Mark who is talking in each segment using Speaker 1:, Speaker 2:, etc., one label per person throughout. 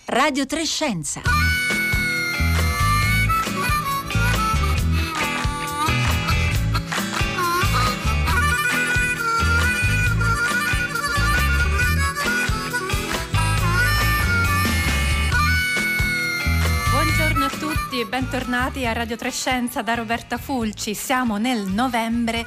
Speaker 1: Radio 3 Scienza.
Speaker 2: Buongiorno a tutti e bentornati a Radio 3 Scienza da Roberta Fulci. Siamo nel novembre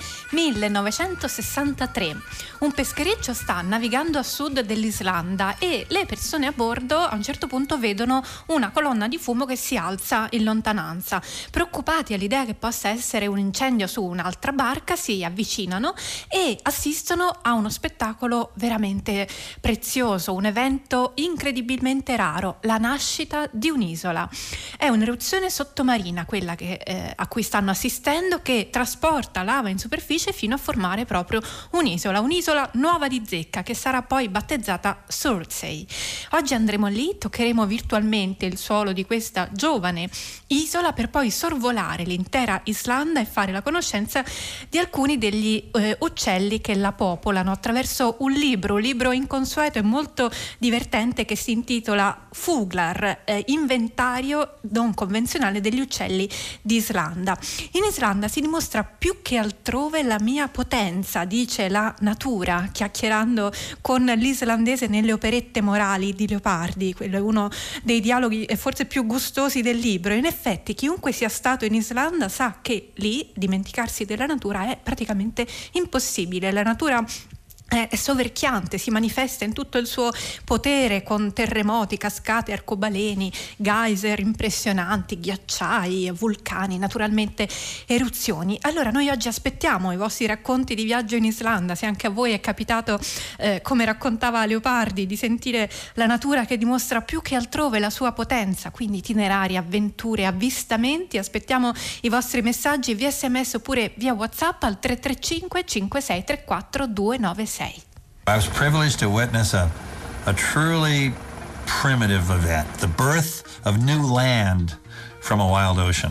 Speaker 2: 1963. Un peschereccio sta navigando a sud dell'Islanda e le persone a bordo a un certo punto vedono una colonna di fumo che si alza in lontananza. Preoccupati all'idea che possa essere un incendio su un'altra barca, si avvicinano e assistono a uno spettacolo veramente prezioso, un evento incredibilmente raro, la nascita di un'isola. È un'eruzione sottomarina quella a cui stanno assistendo, che trasporta lava in superficie fino a formare proprio un'isola nuova di zecca, che sarà poi battezzata Surtsey. Oggi andremo lì, toccheremo virtualmente il suolo di questa giovane isola per poi sorvolare l'intera Islanda e fare la conoscenza di alcuni degli uccelli che la popolano attraverso un libro inconsueto e molto divertente che si intitola Fuglar, inventario non convenzionale degli uccelli d'Islanda. In Islanda si dimostra più che altrove la mia potenza, dice la natura, chiacchierando con l'islandese nelle operette morali di Leopardi. Quello è uno dei dialoghi forse più gustosi del libro. In effetti, chiunque sia stato in Islanda sa che lì dimenticarsi della natura è praticamente impossibile. La natura è soverchiante, si manifesta in tutto il suo potere con terremoti, cascate, arcobaleni, geyser impressionanti, ghiacciai, vulcani, naturalmente eruzioni. Allora noi oggi aspettiamo i vostri racconti di viaggio in Islanda, se anche a voi è capitato, come raccontava Leopardi, di sentire la natura che dimostra più che altrove la sua potenza, quindi itinerari, avventure, avvistamenti. Aspettiamo i vostri messaggi via SMS oppure via WhatsApp al 335 5634 296.
Speaker 3: I was privileged to witness a truly primitive event, the birth of new land from a wild ocean.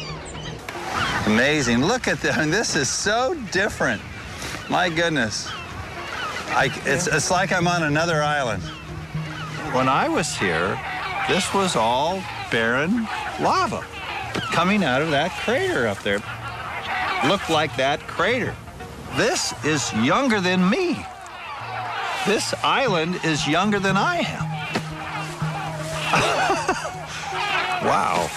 Speaker 4: Amazing. Look at this. I mean, this is so different. My goodness. It's like I'm on another island. When I was here, this was all barren lava coming out of that crater up there. Looked like that crater. This is younger than me. This island is younger than I am. Wow.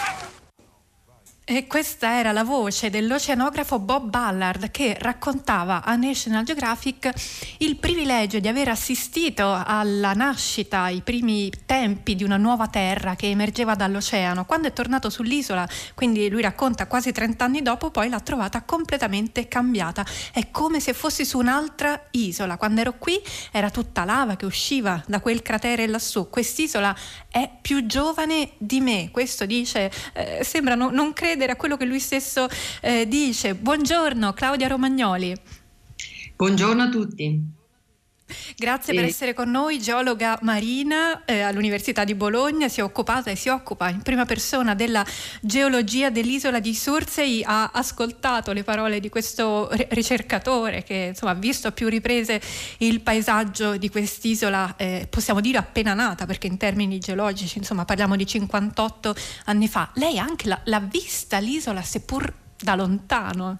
Speaker 2: E questa era la voce dell'oceanografo Bob Ballard, che raccontava a National Geographic il privilegio di aver assistito alla nascita, ai primi tempi di una nuova terra che emergeva dall'oceano. Quando è tornato sull'isola, quindi lui racconta quasi 30 anni dopo, poi l'ha trovata completamente cambiata. È come se fossi su un'altra isola. Quando ero qui era tutta lava che usciva da quel cratere lassù. Quest'isola è più giovane di me. Questo dice, sembra non credere a quello che lui stesso dice. Buongiorno Claudia Romagnoli.
Speaker 5: Buongiorno a tutti.
Speaker 2: Grazie per essere con noi, geologa marina all'Università di Bologna, si è occupata e si occupa in prima persona della geologia dell'isola di Surtsey. Ha ascoltato le parole di questo ricercatore che insomma ha visto a più riprese il paesaggio di quest'isola, possiamo dire appena nata, perché in termini geologici insomma parliamo di 58 anni fa. Lei anche l'ha vista l'isola, seppur da lontano.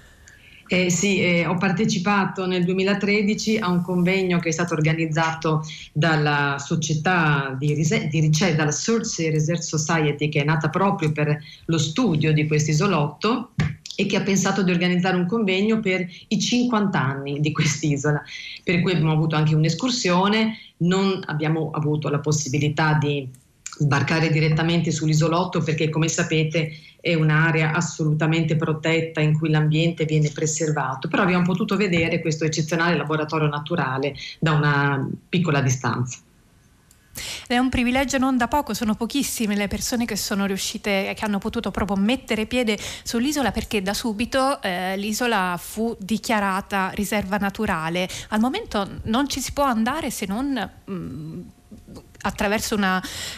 Speaker 5: Sì, ho partecipato nel 2013 a un convegno che è stato organizzato dalla società di ricerca, dalla Surtsey Research Society, che è nata proprio per lo studio di questo isolotto e che ha pensato di organizzare un convegno per i 50 anni di quest'isola, per cui abbiamo avuto anche un'escursione. Non abbiamo avuto la possibilità di sbarcare direttamente sull'isolotto perché, come sapete, è un'area assolutamente protetta in cui l'ambiente viene preservato, però abbiamo potuto vedere questo eccezionale laboratorio naturale da una piccola distanza.
Speaker 2: È un privilegio non da poco, sono pochissime le persone che sono riuscite, che hanno potuto proprio mettere piede sull'isola, perché da subito l'isola fu dichiarata riserva naturale. Al momento non ci si può andare se non attraverso un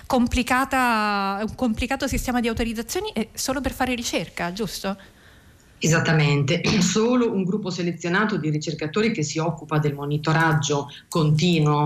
Speaker 2: complicato sistema di autorizzazioni e solo per fare ricerca, giusto?
Speaker 5: Esattamente, solo un gruppo selezionato di ricercatori che si occupa del monitoraggio continuo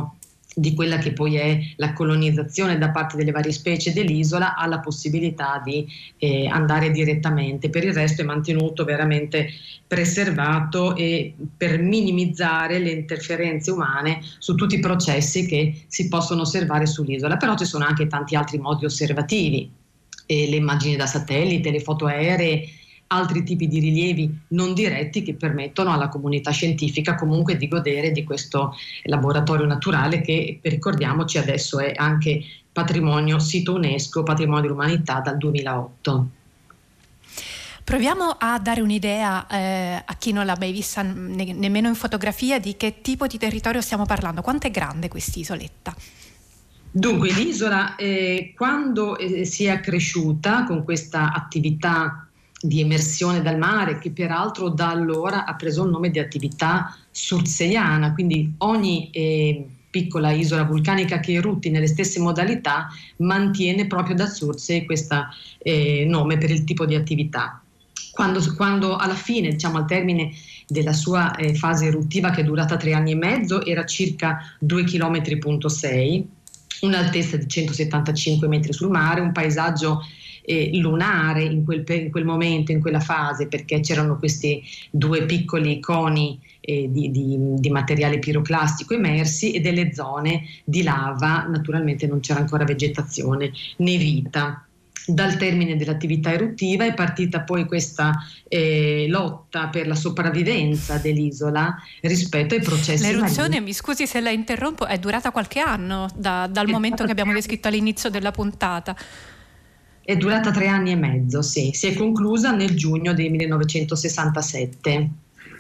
Speaker 5: di quella che poi è la colonizzazione da parte delle varie specie dell'isola, ha la possibilità di andare direttamente. Per il resto è mantenuto veramente preservato, e per minimizzare le interferenze umane su tutti i processi che si possono osservare sull'isola. Però ci sono anche tanti altri modi osservativi, le immagini da satellite, le foto aeree, altri tipi di rilievi non diretti che permettono alla comunità scientifica comunque di godere di questo laboratorio naturale che, ricordiamoci, adesso è anche patrimonio, sito UNESCO, patrimonio dell'umanità dal 2008.
Speaker 2: Proviamo a dare un'idea a chi non l'ha mai vista nemmeno in fotografia di che tipo di territorio stiamo parlando. Quanto è grande quest'isoletta?
Speaker 5: Dunque l'isola quando si è accresciuta con questa attività di emersione dal mare, che peraltro da allora ha preso il nome di attività surtseiana, quindi ogni piccola isola vulcanica che erutti nelle stesse modalità mantiene proprio da Surtsey questo nome per il tipo di attività. Quando alla fine, diciamo al termine della sua fase eruttiva, che è durata 3 anni e mezzo, era circa 2,6 km, un'altezza di 175 metri sul mare, un paesaggio lunare in quel momento, in quella fase, perché c'erano questi 2 piccoli coni di materiale piroclastico emersi e delle zone di lava. Naturalmente non c'era ancora vegetazione né vita. Dal termine dell'attività eruttiva è partita poi questa lotta per la sopravvivenza dell'isola rispetto ai processi
Speaker 2: L'eruzione,
Speaker 5: marini.
Speaker 2: mi scusi se la interrompo, è durata qualche anno dal momento che abbiamo descritto all'inizio della puntata.
Speaker 5: È durata 3 anni e mezzo, sì. Si è conclusa nel giugno del 1967.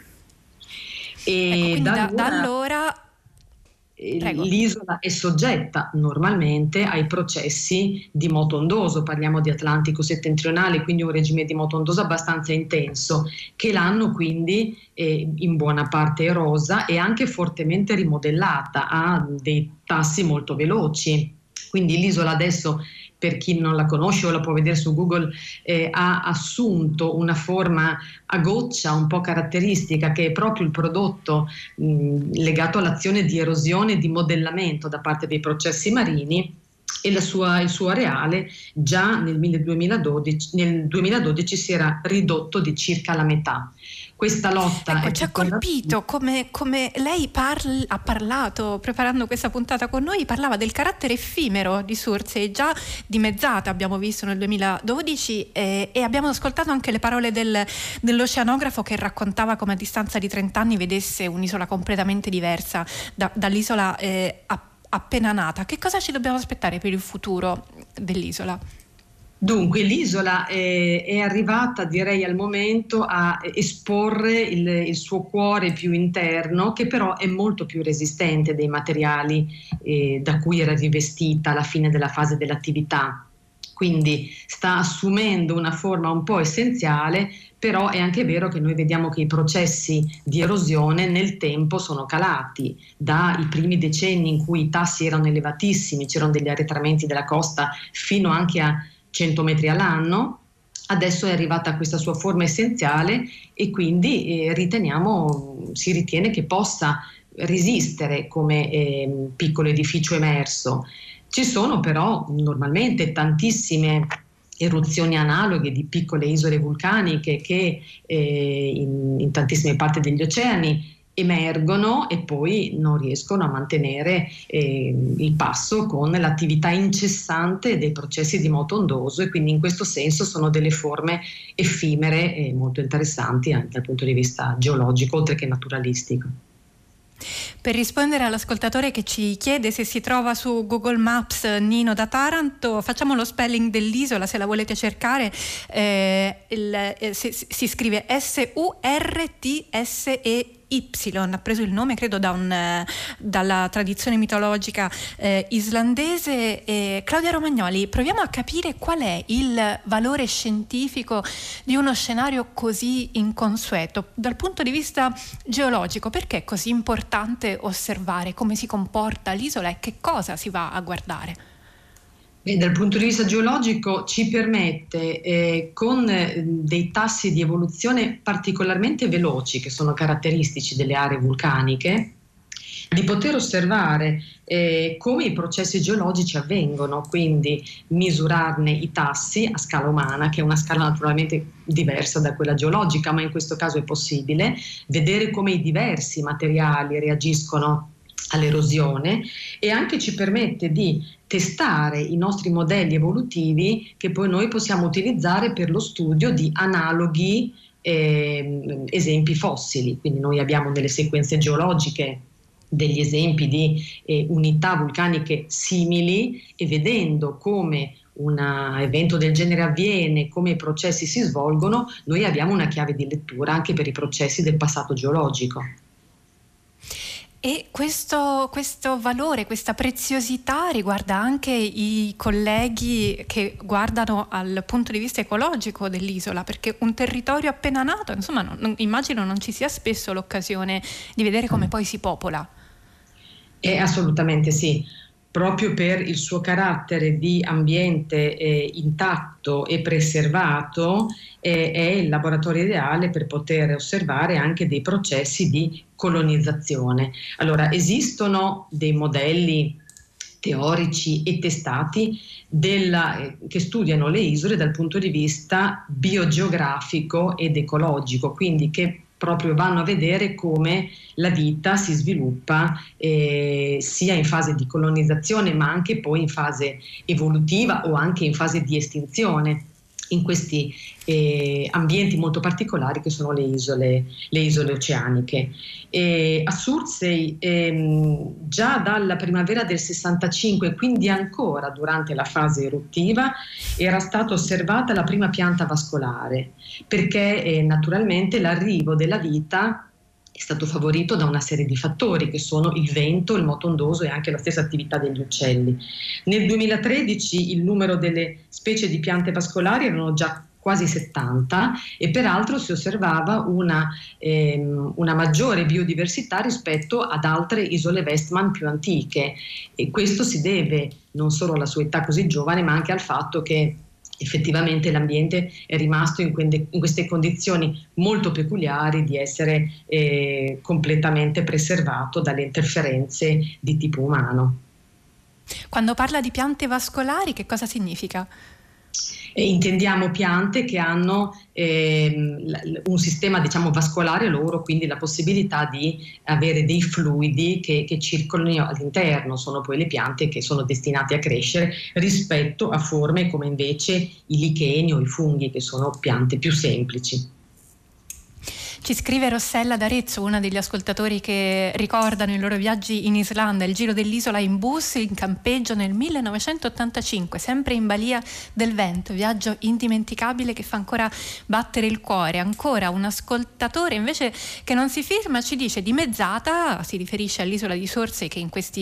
Speaker 5: E
Speaker 2: quindi da allora
Speaker 5: l'isola è soggetta normalmente ai processi di moto ondoso, parliamo di Atlantico settentrionale, quindi un regime di moto ondoso abbastanza intenso, che l'hanno quindi in buona parte erosa e anche fortemente rimodellata a dei tassi molto veloci. Quindi l'isola adesso, per chi non la conosce o la può vedere su Google, ha assunto una forma a goccia un po' caratteristica, che è proprio il prodotto legato all'azione di erosione e di modellamento da parte dei processi marini, e il suo areale già nel 2012 si era ridotto di circa la metà. Questa lotta
Speaker 2: ci ha colpito come lei ha parlato preparando questa puntata con noi, parlava del carattere effimero di Surtsey, già dimezzata abbiamo visto nel 2012, e abbiamo ascoltato anche le parole dell'oceanografo che raccontava come a distanza di 30 anni vedesse un'isola completamente diversa dall'isola appena nata. Che cosa ci dobbiamo aspettare per il futuro dell'isola?
Speaker 5: Dunque l'isola è arrivata, direi, al momento a esporre il suo cuore più interno, che però è molto più resistente dei materiali da cui era rivestita alla fine della fase dell'attività. Quindi sta assumendo una forma un po' essenziale, però è anche vero che noi vediamo che i processi di erosione nel tempo sono calati. Dai primi decenni in cui i tassi erano elevatissimi, c'erano degli arretramenti della costa fino anche a 100 metri all'anno, adesso è arrivata a questa sua forma essenziale, e quindi si ritiene che possa resistere come piccolo edificio emerso. Ci sono però normalmente tantissime eruzioni analoghe di piccole isole vulcaniche che in tantissime parti degli oceani emergono e poi non riescono a mantenere il passo con l'attività incessante dei processi di moto ondoso, e quindi in questo senso sono delle forme effimere e molto interessanti anche dal punto di vista geologico oltre che naturalistico.
Speaker 2: Per rispondere all'ascoltatore che ci chiede se si trova su Google Maps Nino da Taranto, facciamo lo spelling dell'isola, se la volete cercare. Si scrive Surtsey, ha preso il nome credo dalla tradizione mitologica islandese. Claudia Romagnoli, proviamo a capire qual è il valore scientifico di uno scenario così inconsueto dal punto di vista geologico. Perché è così importante osservare come si comporta l'isola e che cosa si va a guardare?
Speaker 5: Dal punto di vista geologico ci permette, con dei tassi di evoluzione particolarmente veloci che sono caratteristici delle aree vulcaniche, di poter osservare come i processi geologici avvengono, quindi misurarne i tassi a scala umana, che è una scala naturalmente diversa da quella geologica, ma in questo caso è possibile, vedere come i diversi materiali reagiscono all'erosione, e anche ci permette di testare i nostri modelli evolutivi che poi noi possiamo utilizzare per lo studio di analoghi esempi fossili. Quindi noi abbiamo nelle sequenze geologiche degli esempi di unità vulcaniche simili, e vedendo come un evento del genere avviene, come i processi si svolgono, noi abbiamo una chiave di lettura anche per i processi del passato geologico.
Speaker 2: E questo valore, questa preziosità riguarda anche i colleghi che guardano al punto di vista ecologico dell'isola, perché un territorio appena nato, insomma, immagino non ci sia spesso l'occasione di vedere come poi si popola.
Speaker 5: Assolutamente sì. Proprio per il suo carattere di ambiente intatto e preservato, è il laboratorio ideale per poter osservare anche dei processi di colonizzazione. Allora, esistono dei modelli teorici e testati che studiano le isole dal punto di vista biogeografico ed ecologico, quindi che proprio vanno a vedere come la vita si sviluppa sia in fase di colonizzazione, ma anche poi in fase evolutiva o anche in fase di estinzione, in questi ambienti molto particolari che sono le isole oceaniche. A Surtsey, già dalla primavera del 65, quindi ancora durante la fase eruttiva, era stata osservata la prima pianta vascolare, perché naturalmente l'arrivo della vita è stato favorito da una serie di fattori che sono il vento, il moto ondoso e anche la stessa attività degli uccelli. Nel 2013 il numero delle specie di piante vascolari erano già quasi 70, e peraltro si osservava una maggiore biodiversità rispetto ad altre isole Westman più antiche, e questo si deve non solo alla sua età così giovane, ma anche al fatto che effettivamente l'ambiente è rimasto in queste condizioni molto peculiari di essere completamente preservato dalle interferenze di tipo umano.
Speaker 2: Quando parla di piante vascolari, che cosa significa?
Speaker 5: Intendiamo piante che hanno un sistema, diciamo, vascolare loro, quindi la possibilità di avere dei fluidi che circolano all'interno. Sono poi le piante che sono destinate a crescere rispetto a forme come invece i licheni o i funghi, che sono piante più semplici.
Speaker 2: Ci scrive Rossella d'Arezzo, una degli ascoltatori che ricordano i loro viaggi in Islanda, il giro dell'isola in bus in campeggio nel 1985, sempre in balia del vento, viaggio indimenticabile che fa ancora battere il cuore. Ancora un ascoltatore invece che non si firma ci dice: dimezzata, si riferisce all'isola di Surtsey, che in questi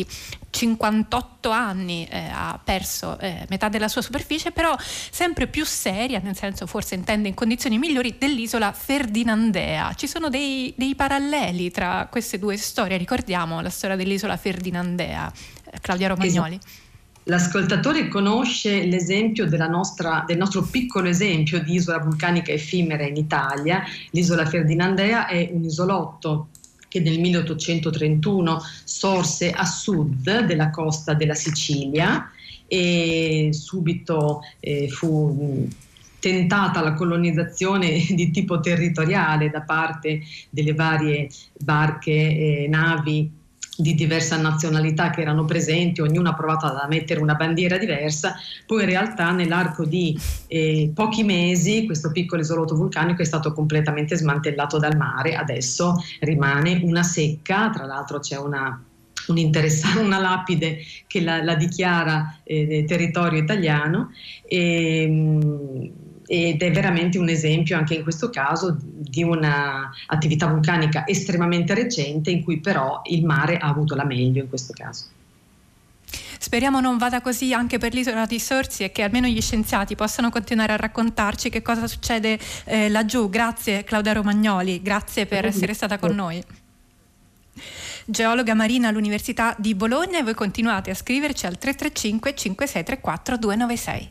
Speaker 2: 58 anni ha perso metà della sua superficie, però sempre più seria, nel senso forse intende in condizioni migliori, dell'isola Ferdinandea. Ci sono dei paralleli tra queste due storie. Ricordiamo la storia dell'isola Ferdinandea, Claudia Romagnoli.
Speaker 5: L'ascoltatore conosce l'esempio del nostro piccolo esempio di isola vulcanica effimera in Italia. L'isola Ferdinandea è un isolotto che nel 1831 sorse a sud della costa della Sicilia, e subito fu tentata la colonizzazione di tipo territoriale da parte delle varie barche, navi di diversa nazionalità che erano presenti. Ognuno ha provato a mettere una bandiera diversa. Poi in realtà nell'arco di pochi mesi questo piccolo isolotto vulcanico è stato completamente smantellato dal mare. Adesso rimane una secca, tra l'altro c'è una lapide che la dichiara territorio italiano, ed è veramente un esempio anche in questo caso di una attività vulcanica estremamente recente, in cui però il mare ha avuto la meglio in questo caso.
Speaker 2: Speriamo non vada così anche per l'isola di Surtsey, e che almeno gli scienziati possano continuare a raccontarci che cosa succede laggiù. Grazie Claudia Romagnoli, grazie per essere stata con noi. Geologa marina all'Università di Bologna, e voi continuate a scriverci al 335 5634 296.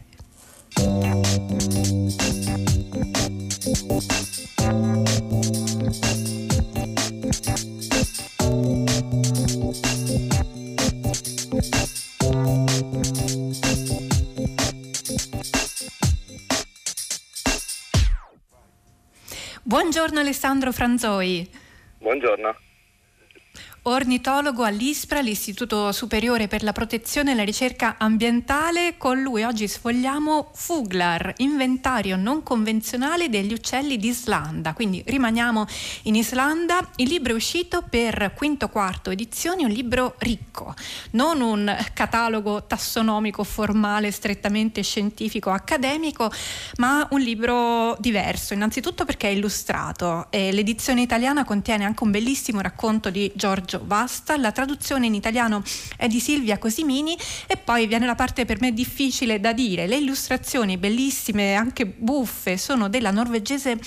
Speaker 2: Buongiorno Alessandro Franzoi.
Speaker 1: Buongiorno.
Speaker 2: Ornitologo all'ISPRA, l'Istituto Superiore per la Protezione e la Ricerca Ambientale. Con lui oggi sfogliamo Fuglar, inventario non convenzionale degli uccelli d'Islanda. Quindi rimaniamo in Islanda. Il libro è uscito per quinto quarto edizioni, un libro ricco, non un catalogo tassonomico formale, strettamente scientifico, accademico, ma un libro diverso, innanzitutto perché è illustrato. L'edizione italiana contiene anche un bellissimo racconto di Giorgio Vasta, la traduzione in italiano è di Silvia Cosimini e poi viene la parte per me difficile da dire. Le illustrazioni bellissime, anche buffe, sono della norvegese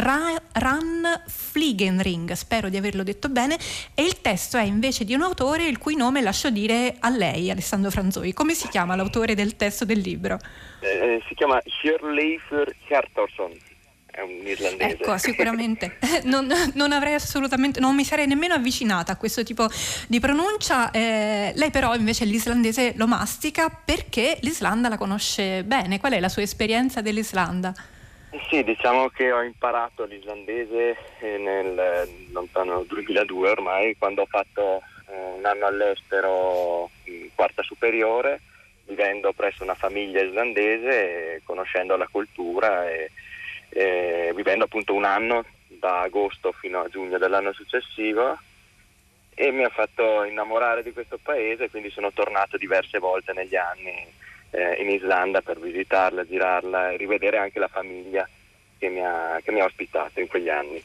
Speaker 2: Ran Fligenring, spero di averlo detto bene, e il testo è invece di un autore il cui nome lascio dire a lei, Alessandro Franzoi. Come si chiama l'autore del testo del libro?
Speaker 1: Si chiama Hjörleifur Hjartarson. È un irlandese.
Speaker 2: Ecco, sicuramente non avrei assolutamente, non mi sarei nemmeno avvicinata a questo tipo di pronuncia. Lei però invece l'islandese lo mastica perché l'Islanda la conosce bene. Qual è la sua esperienza dell'Islanda?
Speaker 1: Sì, diciamo che ho imparato l'islandese nel lontano 2002 ormai, quando ho fatto un anno all'estero in quarta superiore, vivendo presso una famiglia islandese e conoscendo la cultura e vivendo appunto un anno da agosto fino a giugno dell'anno successivo, e mi ha fatto innamorare di questo paese, quindi sono tornato diverse volte negli anni in Islanda per visitarla, girarla e rivedere anche la famiglia che mi ha ospitato in quegli anni.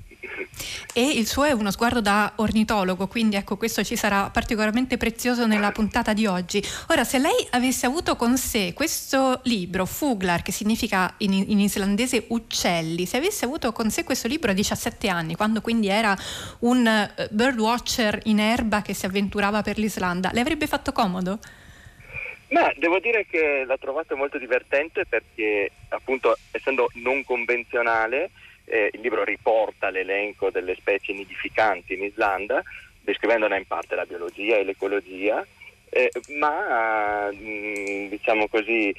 Speaker 2: E il suo è uno sguardo da ornitologo, quindi ecco, questo ci sarà particolarmente prezioso nella puntata di oggi. Ora, se lei avesse avuto con sé questo libro, Fuglar, che significa in islandese uccelli, se avesse avuto con sé questo libro a 17 anni, quando quindi era un birdwatcher in erba che si avventurava per l'Islanda, le avrebbe fatto comodo?
Speaker 1: Ma devo dire che l'ho trovato molto divertente perché, appunto, essendo non convenzionale, il libro riporta l'elenco delle specie nidificanti in Islanda, descrivendone in parte la biologia e l'ecologia, ma diciamo così,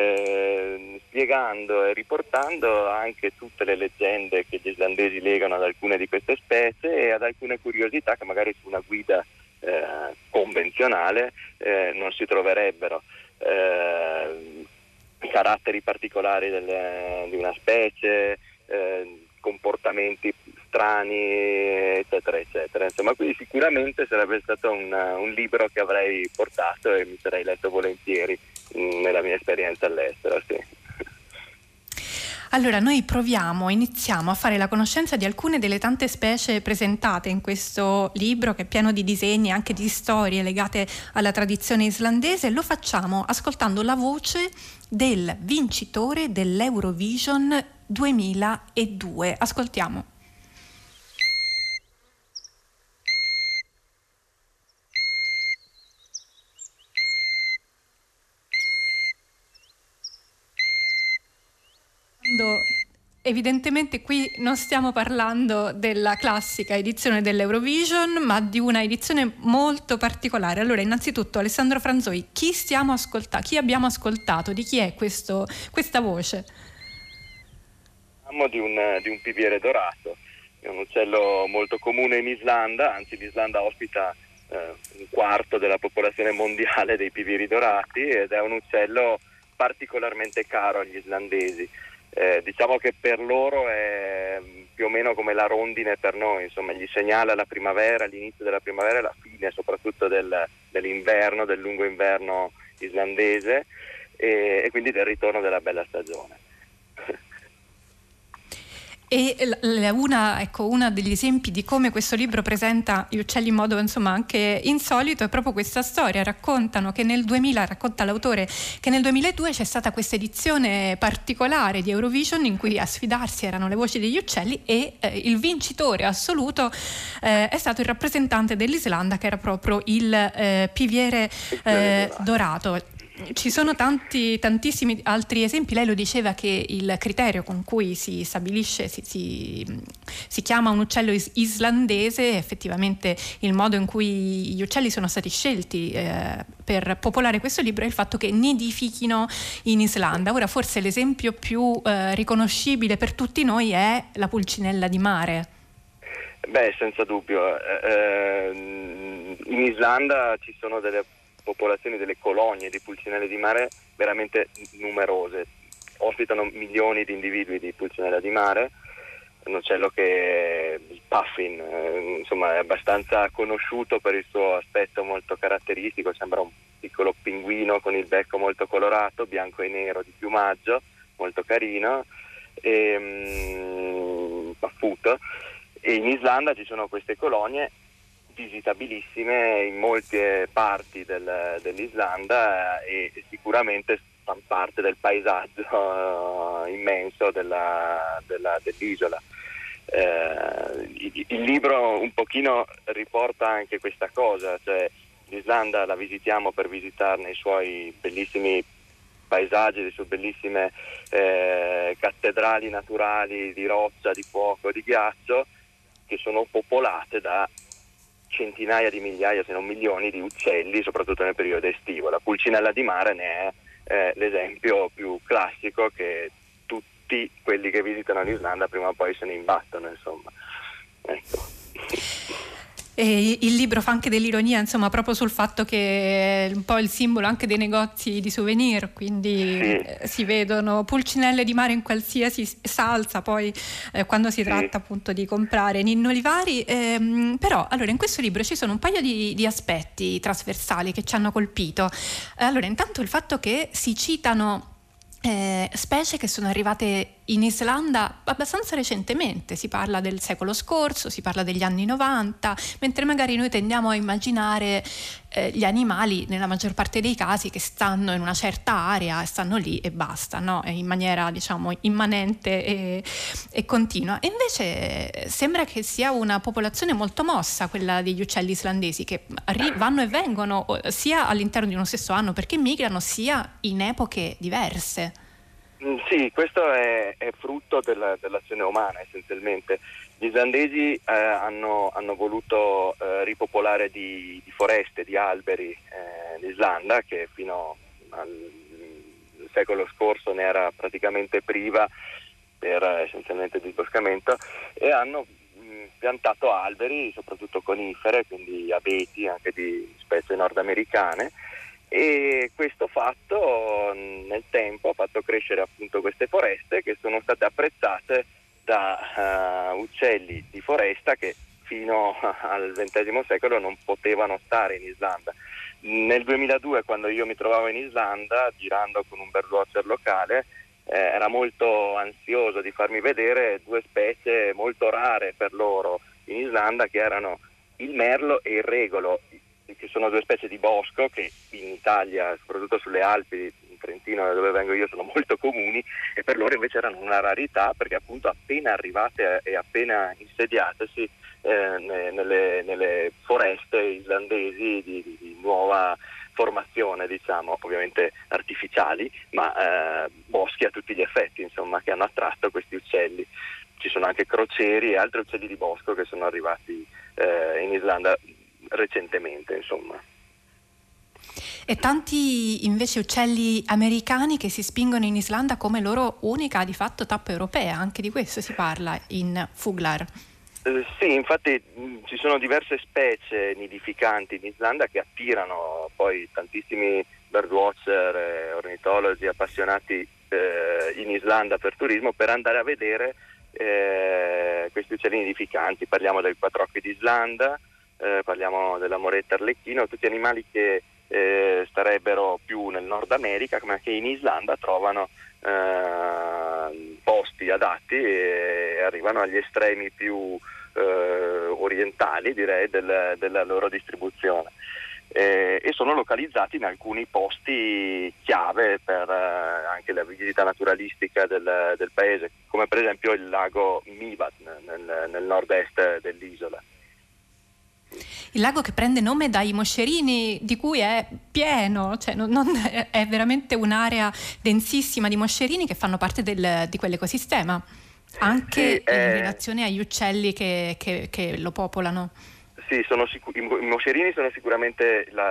Speaker 1: spiegando e riportando anche tutte le leggende che gli islandesi legano ad alcune di queste specie e ad alcune curiosità che magari su una guida convenzionale non si troverebbero. Caratteri particolari di una specie, comportamenti strani, eccetera eccetera. Insomma, quindi sicuramente sarebbe stato un libro che avrei portato e mi sarei letto volentieri nella mia esperienza all'estero, sì.
Speaker 2: Allora, noi iniziamo a fare la conoscenza di alcune delle tante specie presentate in questo libro, che è pieno di disegni e anche di storie legate alla tradizione islandese. Lo facciamo ascoltando la voce del vincitore dell'Eurovision 2002. Ascoltiamo. Evidentemente qui non stiamo parlando della classica edizione dell'Eurovision, ma di una edizione molto particolare. Allora, innanzitutto, Alessandro Franzoi, chi abbiamo ascoltato? Di chi è questa voce?
Speaker 1: Parliamo di un piviere dorato, è un uccello molto comune in Islanda, anzi l'Islanda ospita un quarto della popolazione mondiale dei pivieri dorati ed è un uccello particolarmente caro agli islandesi. Diciamo che per loro è più o meno come la rondine per noi, insomma, gli segnala la primavera, l'inizio della primavera e la fine soprattutto dell'inverno, del lungo inverno islandese e quindi del ritorno della bella stagione.
Speaker 2: E una degli esempi di come questo libro presenta gli uccelli in modo anche insolito è proprio questa storia. Racconta l'autore che nel 2002 c'è stata questa edizione particolare di Eurovision in cui a sfidarsi erano le voci degli uccelli e il vincitore assoluto è stato il rappresentante dell'Islanda, che era proprio il piviere dorato. Ci sono tantissimi altri esempi. Lei lo diceva che il criterio con cui si stabilisce, si chiama un uccello islandese, effettivamente il modo in cui gli uccelli sono stati scelti per popolare questo libro è il fatto che nidifichino in Islanda. Ora forse l'esempio più riconoscibile per tutti noi è la pulcinella di mare.
Speaker 1: Beh, senza dubbio. In Islanda ci sono delle popolazioni, delle colonie di pulcinelle di mare veramente numerose. Ospitano milioni di individui di pulcinella di mare. Un uccello che il puffin, insomma, è abbastanza conosciuto per il suo aspetto molto caratteristico. Sembra un piccolo pinguino con il becco molto colorato, bianco e nero di piumaggio, molto carino e paffuto. E in Islanda ci sono queste colonie visitabilissime in molte parti dell'Islanda e sicuramente fanno parte del paesaggio immenso dell'isola. Il libro un pochino riporta anche questa cosa, cioè l'Islanda la visitiamo per visitarne i suoi bellissimi paesaggi, le sue bellissime cattedrali naturali di roccia, di fuoco, di ghiaccio, che sono popolate da centinaia di migliaia, se non milioni, di uccelli, soprattutto nel periodo estivo. La pulcinella di mare ne è l'esempio più classico, che tutti quelli che visitano l'Islanda prima o poi se ne imbattono, insomma. Ecco.
Speaker 2: E il libro fa anche dell'ironia, insomma, proprio sul fatto che è un po' il simbolo anche dei negozi di souvenir, quindi si vedono pulcinelle di mare in qualsiasi salsa, poi quando si tratta appunto di comprare Ninno Olivari. Però allora in questo libro ci sono un paio di aspetti trasversali che ci hanno colpito. Allora, intanto il fatto che si citano specie che sono arrivate in Islanda abbastanza recentemente, si parla del secolo scorso, si parla degli anni 90, mentre magari noi tendiamo a immaginare gli animali nella maggior parte dei casi che stanno in una certa area e stanno lì e basta, no? In maniera diciamo immanente e continua. E invece sembra che sia una popolazione molto mossa quella degli uccelli islandesi, che vanno e vengono sia all'interno di uno stesso anno perché migrano, sia in epoche diverse.
Speaker 1: Sì, questo è frutto dell'azione umana essenzialmente. Gli islandesi hanno voluto ripopolare di foreste, di alberi l'Islanda, che fino al secolo scorso ne era praticamente priva per essenzialmente disboscamento, e hanno piantato alberi, soprattutto conifere, quindi abeti anche di specie nordamericane. E questo fatto nel tempo ha fatto crescere appunto queste foreste, che sono state apprezzate da uccelli di foresta che fino al XX secolo non potevano stare in Islanda. Nel 2002, quando io mi trovavo in Islanda girando con un birdwatcher locale, era molto ansioso di farmi vedere due specie molto rare per loro in Islanda, che erano il merlo e il regolo, che sono due specie di bosco che in Italia, soprattutto sulle Alpi, in Trentino, da dove vengo io, sono molto comuni, e per loro invece erano una rarità, perché appunto appena arrivate e appena insediatesi nelle foreste islandesi di nuova formazione, diciamo, ovviamente artificiali, ma boschi a tutti gli effetti, insomma, che hanno attratto questi uccelli. Ci sono anche crocieri e altri uccelli di bosco che sono arrivati in Islanda recentemente, insomma.
Speaker 2: E tanti invece uccelli americani che si spingono in Islanda come loro unica di fatto tappa europea, anche di questo si parla in Fuglar.
Speaker 1: Sì, infatti ci sono diverse specie nidificanti in Islanda che attirano poi tantissimi birdwatcher e ornitologi appassionati in Islanda per turismo, per andare a vedere questi uccelli nidificanti. Parliamo del quattrocchio d'Islanda, parliamo della moretta arlecchino, tutti animali che starebbero più nel Nord America, ma che in Islanda trovano posti adatti e arrivano agli estremi più orientali, direi, della loro distribuzione, e sono localizzati in alcuni posti chiave per anche la visita naturalistica del paese, come per esempio il lago Mivat nel nord-est dell'isola.
Speaker 2: Il lago che prende nome dai moscerini, di cui è pieno, cioè è veramente un'area densissima di moscerini che fanno parte di quell'ecosistema, anche in relazione agli uccelli che lo popolano.
Speaker 1: Sì, i moscerini sono sicuramente la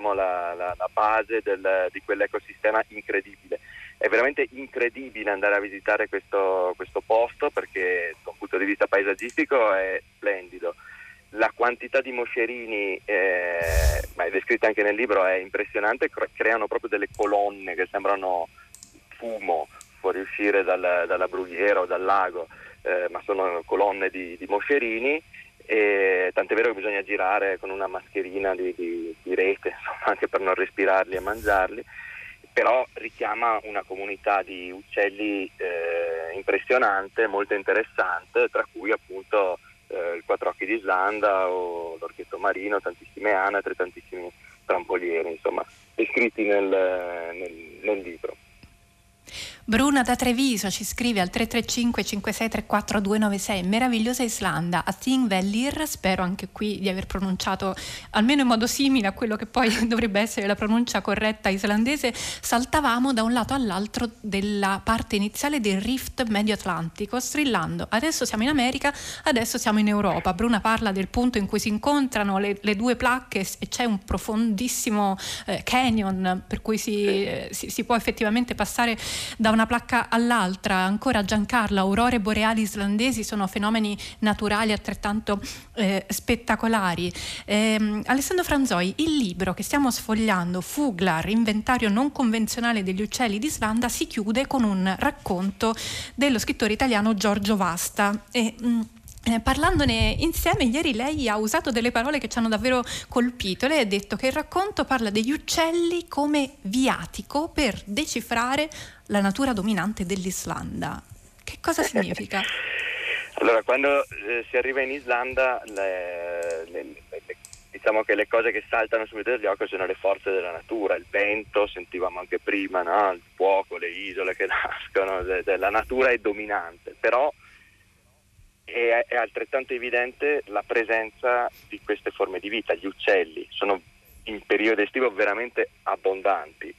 Speaker 1: base di quell'ecosistema incredibile. È veramente incredibile andare a visitare questo posto, perché da un punto di vista paesaggistico è splendido. La quantità di moscerini, ma è descritta anche nel libro, è impressionante. Creano proprio delle colonne che sembrano fumo fuoriuscire dalla brughiera o dal lago, ma sono colonne di moscerini. E tant'è vero che bisogna girare con una mascherina di rete, insomma, anche per non respirarli e mangiarli, però richiama una comunità di uccelli impressionante, molto interessante, tra cui appunto il quattrocchi d'Islanda o l'orchetto marino, tantissime anatre, tantissimi trampolieri, insomma, descritti nel libro.
Speaker 2: Bruna da Treviso ci scrive al 335 5634 296: meravigliosa Islanda, a Thingvellir, spero anche qui di aver pronunciato almeno in modo simile a quello che poi dovrebbe essere la pronuncia corretta islandese. Saltavamo da un lato all'altro della parte iniziale del rift medio atlantico, strillando adesso siamo in America, adesso siamo in Europa. Bruna parla del punto in cui si incontrano le due placche e c'è un profondissimo canyon per cui si può effettivamente passare da una placca all'altra. Ancora Giancarlo: aurore boreali islandesi sono fenomeni naturali altrettanto spettacolari. Alessandro Franzoi: il libro che stiamo sfogliando, Fuglar, inventario non convenzionale degli uccelli d'Islanda, si chiude con un racconto dello scrittore italiano Giorgio Vasta. Parlandone insieme ieri lei ha usato delle parole che ci hanno davvero colpito. Lei ha detto che il racconto parla degli uccelli come viatico per decifrare la natura dominante dell'Islanda. Che cosa significa?
Speaker 1: Allora, quando si arriva in Islanda, diciamo che le cose che saltano subito dagli occhi sono le forze della natura, il vento, sentivamo anche prima, no? Il fuoco, le isole che nascono, la natura è dominante, però è altrettanto evidente la presenza di queste forme di vita. Gli uccelli sono in periodo estivo veramente abbondanti.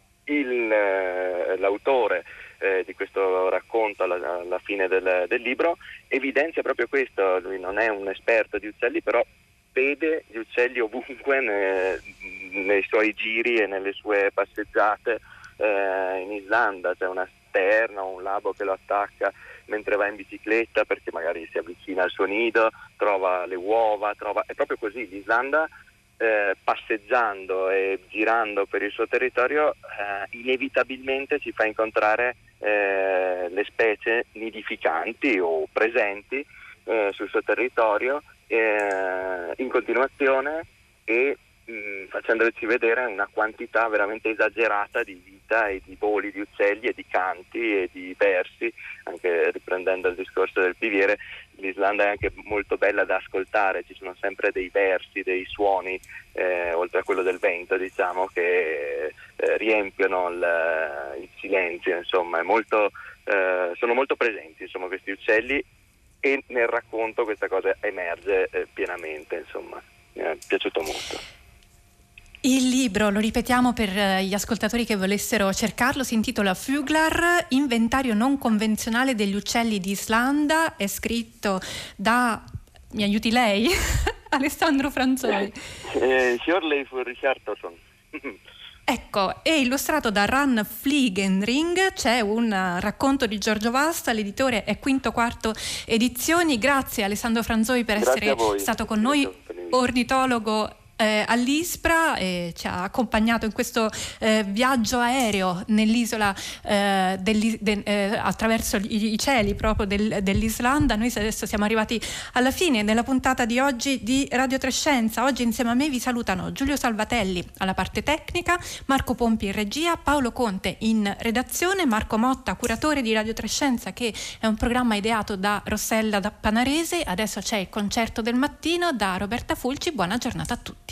Speaker 1: L'autore di questo racconto alla fine del libro evidenzia proprio questo. Lui non è un esperto di uccelli, però vede gli uccelli ovunque nei suoi giri e nelle sue passeggiate in Islanda. C'è una sterna o un labo che lo attacca mentre va in bicicletta, perché magari si avvicina al suo nido, trova le uova, è proprio così. L'Islanda, passeggiando e girando per il suo territorio, inevitabilmente ci fa incontrare le specie nidificanti o presenti sul suo territorio in continuazione, e facendoci vedere una quantità veramente esagerata di vita e di voli di uccelli e di canti e di versi. Anche riprendendo il discorso del Piviere, l'Islanda è anche molto bella da ascoltare, ci sono sempre dei versi, dei suoni, oltre a quello del vento, diciamo, che riempiono il silenzio, insomma, sono molto presenti, insomma, questi uccelli, e nel racconto questa cosa emerge pienamente, insomma. Mi è piaciuto molto.
Speaker 2: Il libro, lo ripetiamo per gli ascoltatori che volessero cercarlo, si intitola Fuglar, inventario non convenzionale degli uccelli d'Islanda, è scritto da, mi aiuti lei, Alessandro Franzoi.
Speaker 1: Hjörleifur Hjartarson.
Speaker 2: Ecco, è illustrato da Ran Flygenring. C'è un racconto di Giorgio Vasta, l'editore è Quinto Quarto Edizioni. Grazie Alessandro Franzoi per essere stato con noi, ornitologo all'ISPRA, ci ha accompagnato in questo viaggio aereo nell'isola attraverso i cieli proprio dell'Islanda. Noi adesso siamo arrivati alla fine della puntata di oggi di Radio Trescenza. Oggi insieme a me vi salutano Giulio Salvatelli alla parte tecnica, Marco Pompi in regia, Paolo Conte in redazione, Marco Motta, curatore di Radio Trescenza, che è un programma ideato da Rossella da Panarese. Adesso c'è il concerto del mattino da Roberta Fulci. Buona giornata a tutti.